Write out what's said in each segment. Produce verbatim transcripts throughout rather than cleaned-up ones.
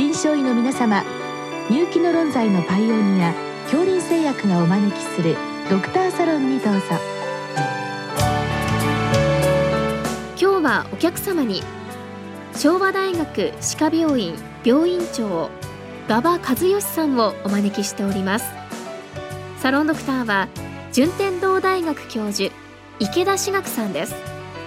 臨床医の皆様、入気の論剤のパイオニア杏林製薬がお招きするドクターサロンにどうぞ。 今日はお客様に昭和大学歯科病院病院長馬場和義さんをお招きしております。サロンドクターは順天堂大学教授池田志学さんです。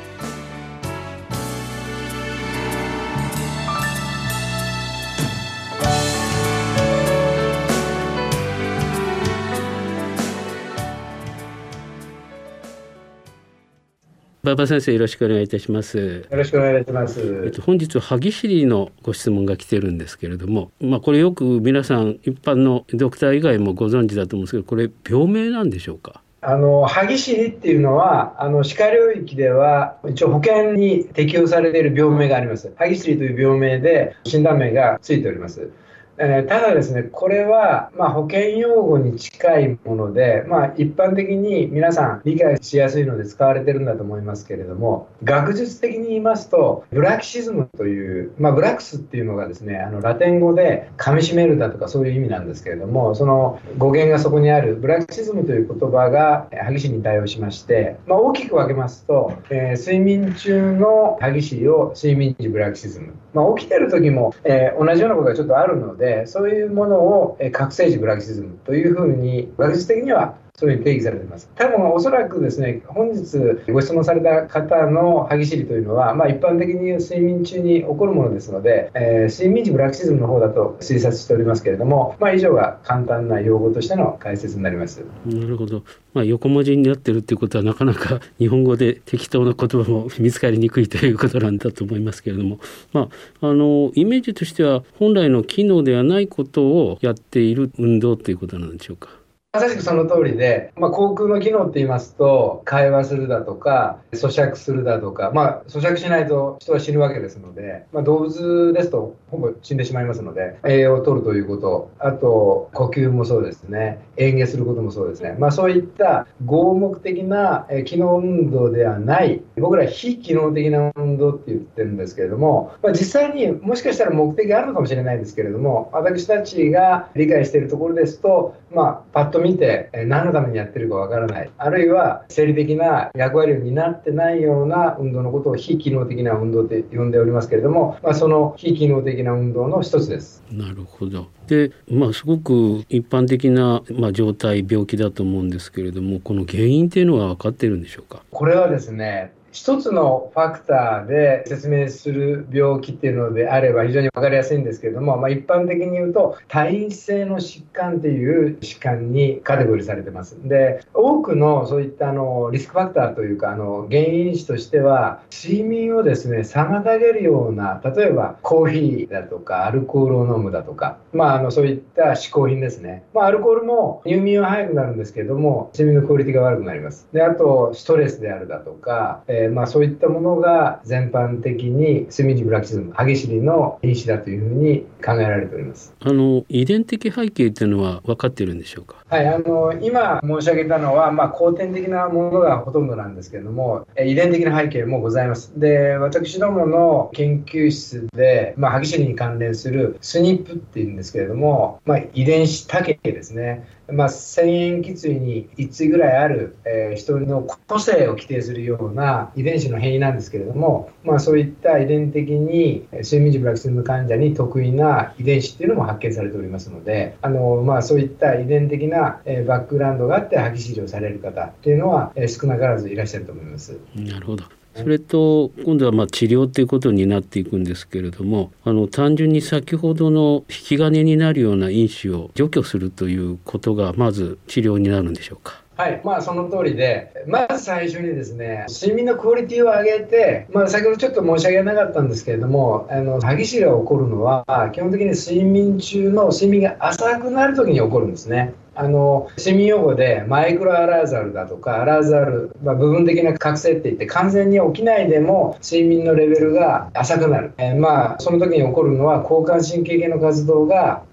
馬場先生、よろしくお願いいたします。 よろしくお願いします。 えっと、本日歯ぎしりのご質問が来てるんですけれども、まあ、これよく皆さん一般のドクター以外もご存知だと思うんですけど、これ病名なんでしょうか？ あの歯ぎしりっていうのはあの歯科領域では一応保険に適用されている病名があります。歯ぎしりという病名で診断名がついております。えー、ただですね、これは、まあ、保険用語に近いもので、まあ、一般的に皆さん理解しやすいので使われてるんだと思いますけれども、学術的に言いますとブラキシズムという、まあ、ブラックスっていうのがですね、あのラテン語で噛み締めるだとかそういう意味なんですけれども、その語源がそこにあるブラキシズムという言葉が歯ぎしりに対応しまして、まあ、大きく分けますと、えー、睡眠中の歯ぎしりを睡眠時ブラキシズム、まあ、起きてる時も、えー、同じようなことがちょっとあるので、そういうものを覚醒時ブラキシズムというふうに学術的にはそういうふうに定義されています。多分おそらくですね、本日ご質問された方の歯ぎしりというのは、まあ、一般的に言う睡眠中に起こるものですので、えー、睡眠時ブラキシズムの方だと推察しておりますけれども、まあ、以上が簡単な用語としての解説になります。 なるほど。まあ、横文字になってるっていうことはなかなか日本語で適当な言葉も見つかりにくいということなんだと思いますけれども、まあ、あのイメージとしては本来の機能ではないことをやっている運動ということなんでしょうか？ まさしくその通りで、まあ、口腔の機能って言いますと、会話するだとか咀嚼するだとか、まあ、咀嚼しないと人は死ぬわけですので、まあ、動物ですとほぼ死んでしまいますので、栄養を取るということ、あと呼吸もそうですね、嚥下することもそうですね、まあ、そういった合目的な機能運動ではない、僕ら非機能的な運動って言ってるんですけれども、まあ、実際にもしかしたら目的があるのかもしれないですけれども、私たちが理解しているところですと、まあ、パッと見て何のためにやってるかわからない、あるいは生理的な役割を担ってないような運動のことを非機能的な運動って呼んでおりますけれども、まあ、その非機能的な運動の一つです。 なるほど。で、まあ、すごく一般的な、まあ、状態病気だと思うんですけれども、この原因っていうのは分かっているんでしょうか？ これはですね、一つのファクターで説明する病気っていうのであれば非常に分かりやすいんですけれども、まあ、一般的に言うと退院性の疾患っていう疾患にカテゴリーされてます。で、多くのそういったあのリスクファクターというかあの原因子としては、睡眠をですね妨げるような、例えばコーヒーだとかアルコールを飲むだとか、まあ、あのそういった嗜好品ですね。まあ、アルコールも入眠は早くなるんですけれども睡眠のクオリティが悪くなります。で、あとストレスであるだとか、えーまあ、そういったものが全般的に睡眠時ブラキシズム、歯ぎしりの因子だというふうに考えられております。 あの遺伝的背景というのは分かっているんでしょうか？ はい、あの今申し上げたのは、まあ、後天的なものがほとんどなんですけれども、遺伝的な背景もございます。で、私どもの研究室で、まあ、歯ぎしりに関連するスニップっていうんですけれども、まあ、遺伝子多形ですね、まあ、遷延脊椎にいち対ぐらいある、えー、人の個性を規定するような遺伝子の変異なんですけれども、まあ、そういった遺伝的に睡眠時ブラキシズム患者に得意な遺伝子っていうのも発見されておりますので、あの、まあ、そういった遺伝的な、えー、バックグラウンドがあって歯ぎしりをされる方っていうのは、えー、少なからずいらっしゃると思います。 なるほど。それと今度はまあ治療ということになっていくんですけれども、あの単純に先ほどの引き金になるような因子を除去するということがまず治療になるんでしょうか？ はい、まあその通りで、まず最初にですね、睡眠のクオリティを上げて、まあ、先ほどちょっと申し上げなかったんですけれども、あの歯ぎしりが起こるのは基本的に睡眠中の睡眠が浅くなるときに起こるんですね。あの睡眠用語でマイクロアラーザルだとかアラーザル、まあ、部分的な覚醒っていって完全に起きないでも睡眠のレベルが浅くなる、えー、まあその時に起こるのは交感神経系の活動が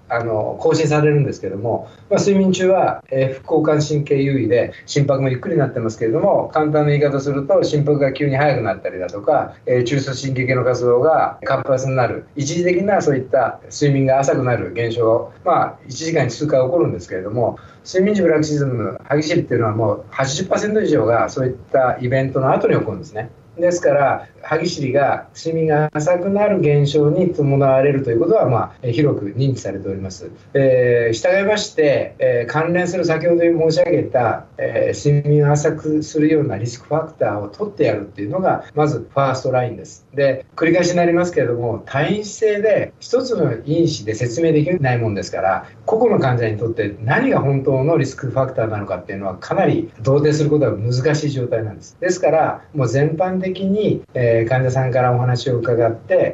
あの更新されるんですけども、まあ、睡眠中は、えー、副交感神経優位で心拍もゆっくりになってますけれども、簡単な言い方すると心拍が急に速くなったりだとか、えー、中枢神経系の活動が活発になる、一時的なそういった睡眠が浅くなる現象、まあ、いちじかんに数回起こるんですけれども、睡眠時ブラキシズム、歯ぎしりっていうのはもう はちじゅっパーセント 以上がそういったイベントの後に起こるんですね。ですから歯ぎしりが睡眠が浅くなる現象に伴われるということは、まあ、広く認知されております。えー、従いまして、えー、関連する先ほど申し上げた、えー、睡眠を浅くするようなリスクファクターを取ってやるっていうのがまずファーストラインです。で、繰り返しになりますけれども、単因子性で一つの因子で説明できないもんですから、個々の患者にとって何が本当のリスクファクターなのかっていうのはかなり同定することは難しい状態なんです。ですからもう全般的に、えー、患者さんからお話を伺って、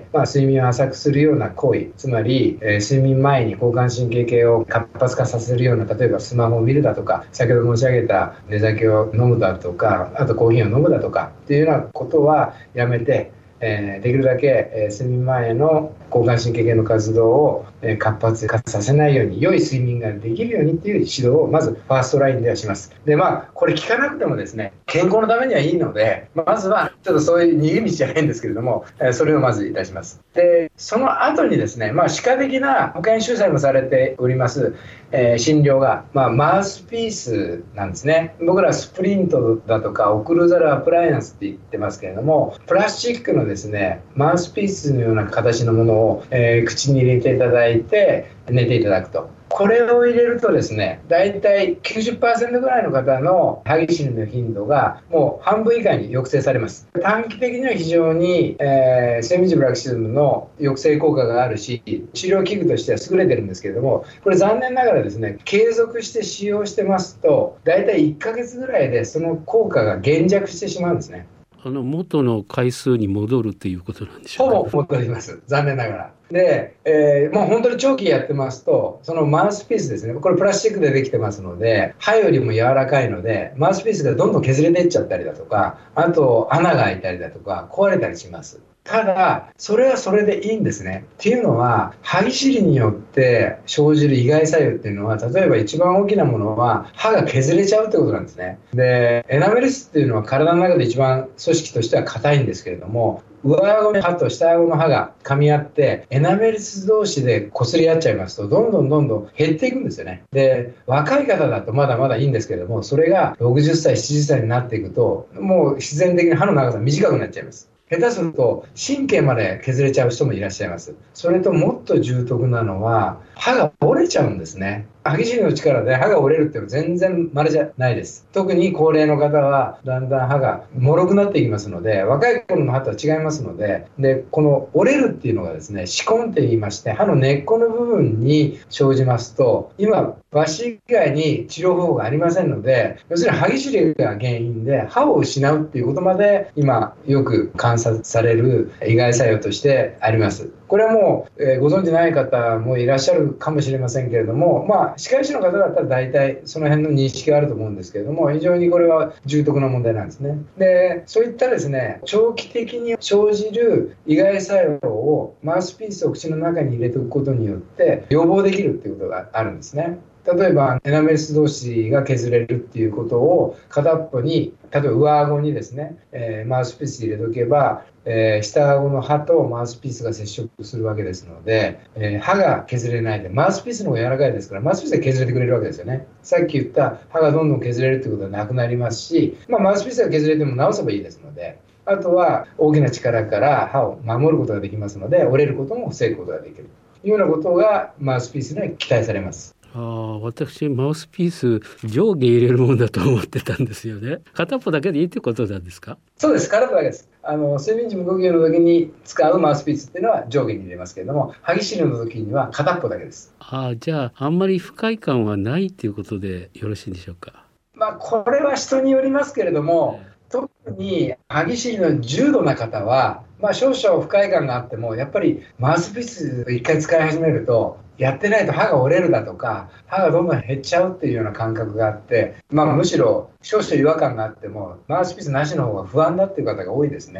まあ、睡眠を浅くするような行為、つまり、えー、睡眠前に交感神経系を活発化させるような、例えばスマホを見るだとか、先ほど申し上げた寝酒を飲むだとか、あとコーヒーを飲むだとかっていうようなことはやめて、えー、できるだけ、えー、睡眠前の交感神経系の活動を、えー、活発化させないように、良い睡眠ができるようにっていう指導をまずファーストラインではします。で、まあこれ聞かなくてもですね、健康のためにはいいので、まずはちょっとそういう逃げ道じゃないんですけれども、えー、それをまずいたします。で、その後にですね、まあ歯科的な保健修正もされております、えー、診療が、まあ、マウスピースなんですね。僕らスプリントだとかオクルーザルアプライアンスって言ってますけれども、プラスチックのですね、マウスピースのような形のものを、えー、口に入れていただいて寝ていただくと。これを入れるとですね、だいたい きゅうじゅっパーセント ぐらいの方の歯ぎしりの頻度がもう半分以下に抑制されます。短期的には非常に、えー、睡眠時ブラキシズムの抑制効果があるし、治療器具としては優れてるんですけれども、これ残念ながらですね、継続して使用してますと、だいたいいっかげつぐらいでその効果が減弱してしまうんですね。 あの元の回数に戻るということなんでしょうか。 ほぼ戻ります、残念ながら。で、えー、もう本当に長期やってますと、そのマウスピースですね、これプラスチックでできてますので、歯よりも柔らかいので、マウスピースがどんどん削れていっちゃったりだとか、あと穴が開いたりだとか壊れたりします。ただそれはそれでいいんですね。っていうのは、歯ぎしりによって生じる意外作用っていうのは、例えば一番大きなものは歯が削れちゃうってことなんですね。で、エナメル質っていうのは体の中で一番組織としては硬いんですけれども、上顎の歯と下顎の歯が噛み合ってエナメル質同士で擦り合っちゃいますと、どんどんどんどん減っていくんですよね。で、若い方だとまだまだいいんですけれども、それがろくじゅっさい、ななじゅっさいになっていくと、もう必然的に歯の長さ短くなっちゃいます。下手すると神経まで削れちゃう人もいらっしゃいます。それともっと重篤なのは、歯が折れちゃうんですね。歯ぎしりの力で歯が折れるっていうのは全然稀じゃないです。特に高齢の方はだんだん歯が脆くなっていきますので、若い頃の歯とは違いますので、でこの折れるっていうのがですね、歯根って言いまして、歯の根っこの部分に生じますと、今抜歯以外に治療方法がありませんので、要するに歯ぎしりが原因で歯を失うっていうことまで今よく観察される意外作用としてあります。これはもう、えー、ご存じない方もいらっしゃるかもしれませんけれども、まあ歯科医師の方だったら大体その辺の認識があると思うんですけれども、非常にこれは重篤な問題なんですね。で、そういったですね、長期的に生じる意外作用をマウスピースを口の中に入れておくことによって予防できるっていうことがあるんですね。例えばエナメル質同士が削れるっていうことを片っぽに、例えば上顎にですね、えー、マウスピース入れておけば、えー、下顎の歯とマウスピースが接触するわけですので、えー、歯が削れないで、マウスピースの方が柔らかいですから、マウスピースが削れてくれるわけですよね。さっき言った歯がどんどん削れるってことはなくなりますし、まあ、マウスピースが削れても直せばいいですので、あとは大きな力から歯を守ることができますので、折れることも防ぐことができるというようなことがマウスピースには期待されます。 あ、私マウスピース上下入れるもんだと思ってたんですよね。片っぽだけでいいってことなんですか？ そうです、片っぽだけです。あの睡眠時無呼吸の時に使うマウスピースっていうのは上下に入れますけれども、歯ぎしりの時には片っぽだけです。 あ、じゃああんまり不快感はないっていうことでよろしいんでしょうか？ まあ、これは人によりますけれども、特に歯ぎしりの重度な方は、まあ、少々不快感があっても、やっぱりマウスピースを一回使い始めると、やってないと歯が折れるだとか、歯がどんどん減っちゃうっていうような感覚があって、まあ、むしろ少々違和感があってもマウスピースなしの方が不安だっていう方が多いですね。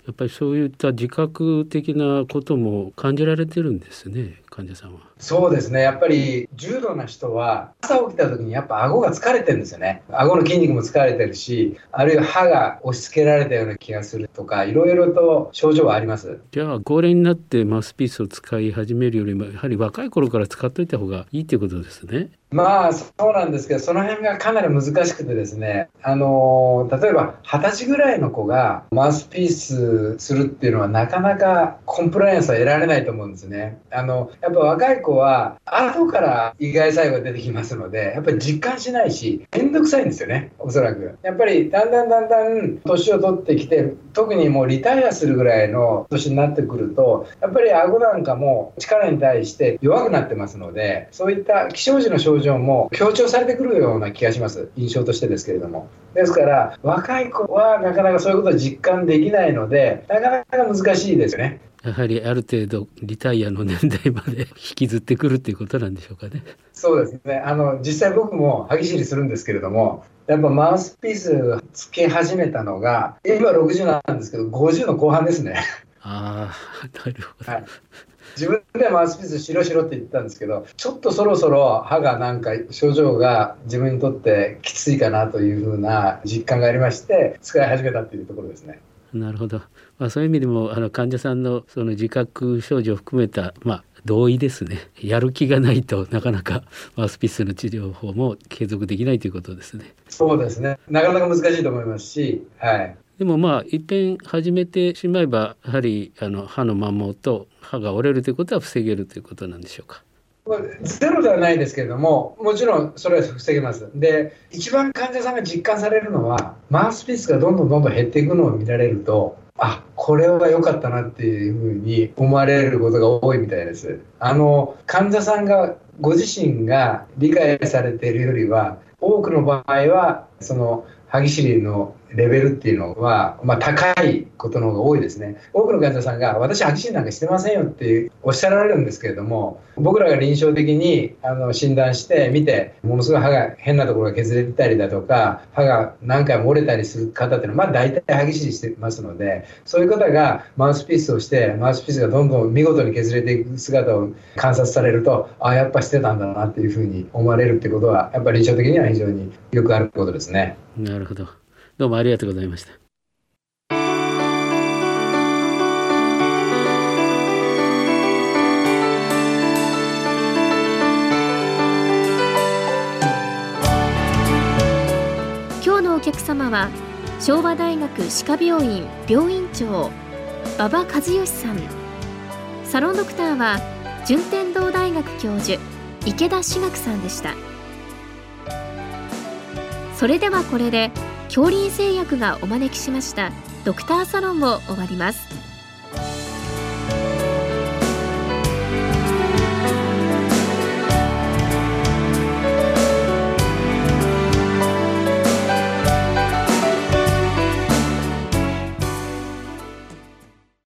やっぱりそういった自覚的なことも感じられてるんですね、患者さんは。 そうですね。やっぱり重度な人は朝起きた時にやっぱ顎が疲れてるんですよね。顎の筋肉も疲れてるし、あるいは歯が押し付けられたような気がするとか、いろいろと症状はあります。 じゃあ高齢になってマウスピースを使い始めるよりもやはり若い頃から使っといた方がいいっていうことですね。 まあそうなんですけど、その辺がかなり難しくてですね、あの例えばはたちぐらいの子がマウスピースするっていうのはなかなかコンプライアンスは得られないと思うんですね。あのやっぱ若い子は後から意外作用が出てきますので、やっぱり実感しないしめんどくさいんですよね、おそらく。やっぱりだんだんだんだん年を取ってきて、特にもうリタイアするぐらいの年になってくると、やっぱり顎なんかも力に対して弱くなってますので、そういった起床時の症状も強調されてくるような気がします、印象としてですけれども。ですから若い子はなかなかそういうことを実感できないので、なかなか難しいですよね。 やはりある程度リタイアの年代まで引きずってくるっていうことなんでしょうかね。 そうですね。あの実際僕も歯ぎしりするんですけれども、やっぱマウスピースつけ始めたのが今ろくじゅうなんですけど、ごじゅうの後半ですね。 ああ、なるほど、 はい、自分でマウスピースしろしろって言ってたんですけど、ちょっとそろそろ歯がなんか症状が自分にとってきついかなというふうな実感がありまして、使い始めたっていうところですね。 なるほど、まあ、そういう意味でもあの患者さんのその自覚症状を含めた、まあ、同意ですね。やる気がないとなかなかマウスピースの治療法も継続できないということですね。 そうですね。なかなか難しいと思いますし、はい、 でもまあ一遍始めてしまえばやはりあの歯の摩耗と歯が折れるということは防げるということなんでしょうか。 ゼロではないですけれども、もちろんそれは防げます。で、一番患者さんが実感されるのは、マウスピースがどんどんどんどん減っていくのを見られると、あ、これは良かったなっていうふうに思われることが多いみたいです。あの患者さんがご自身が理解されているよりは、多くの場合はその歯ぎしりのレベルっていうのは、まあ、高いことの方が多いですね。多くの患者さんが私歯ぎしりなんかしてませんよっておっしゃられるんですけれども、僕らが臨床的にあの診断して見て、ものすごい歯が変なところが削れてたりだとか、歯が何回も折れたりする方っていうのは、まあ、大体歯ぎしりしてますので、そういう方がマウスピースをしてマウスピースがどんどん見事に削れていく姿を観察されると、あ、やっぱしてたんだなっていうふうに思われるってことは、やっぱり臨床的には非常によくあることですね。 なるほど、どうもありがとうございました。 今日のお客様は昭和大学歯科病院病院長馬場和義さん。サロンドクターは順天堂大学教授池田志学さんでした。それではこれで恐林製薬がお招きしましたドクターサロンを終わります。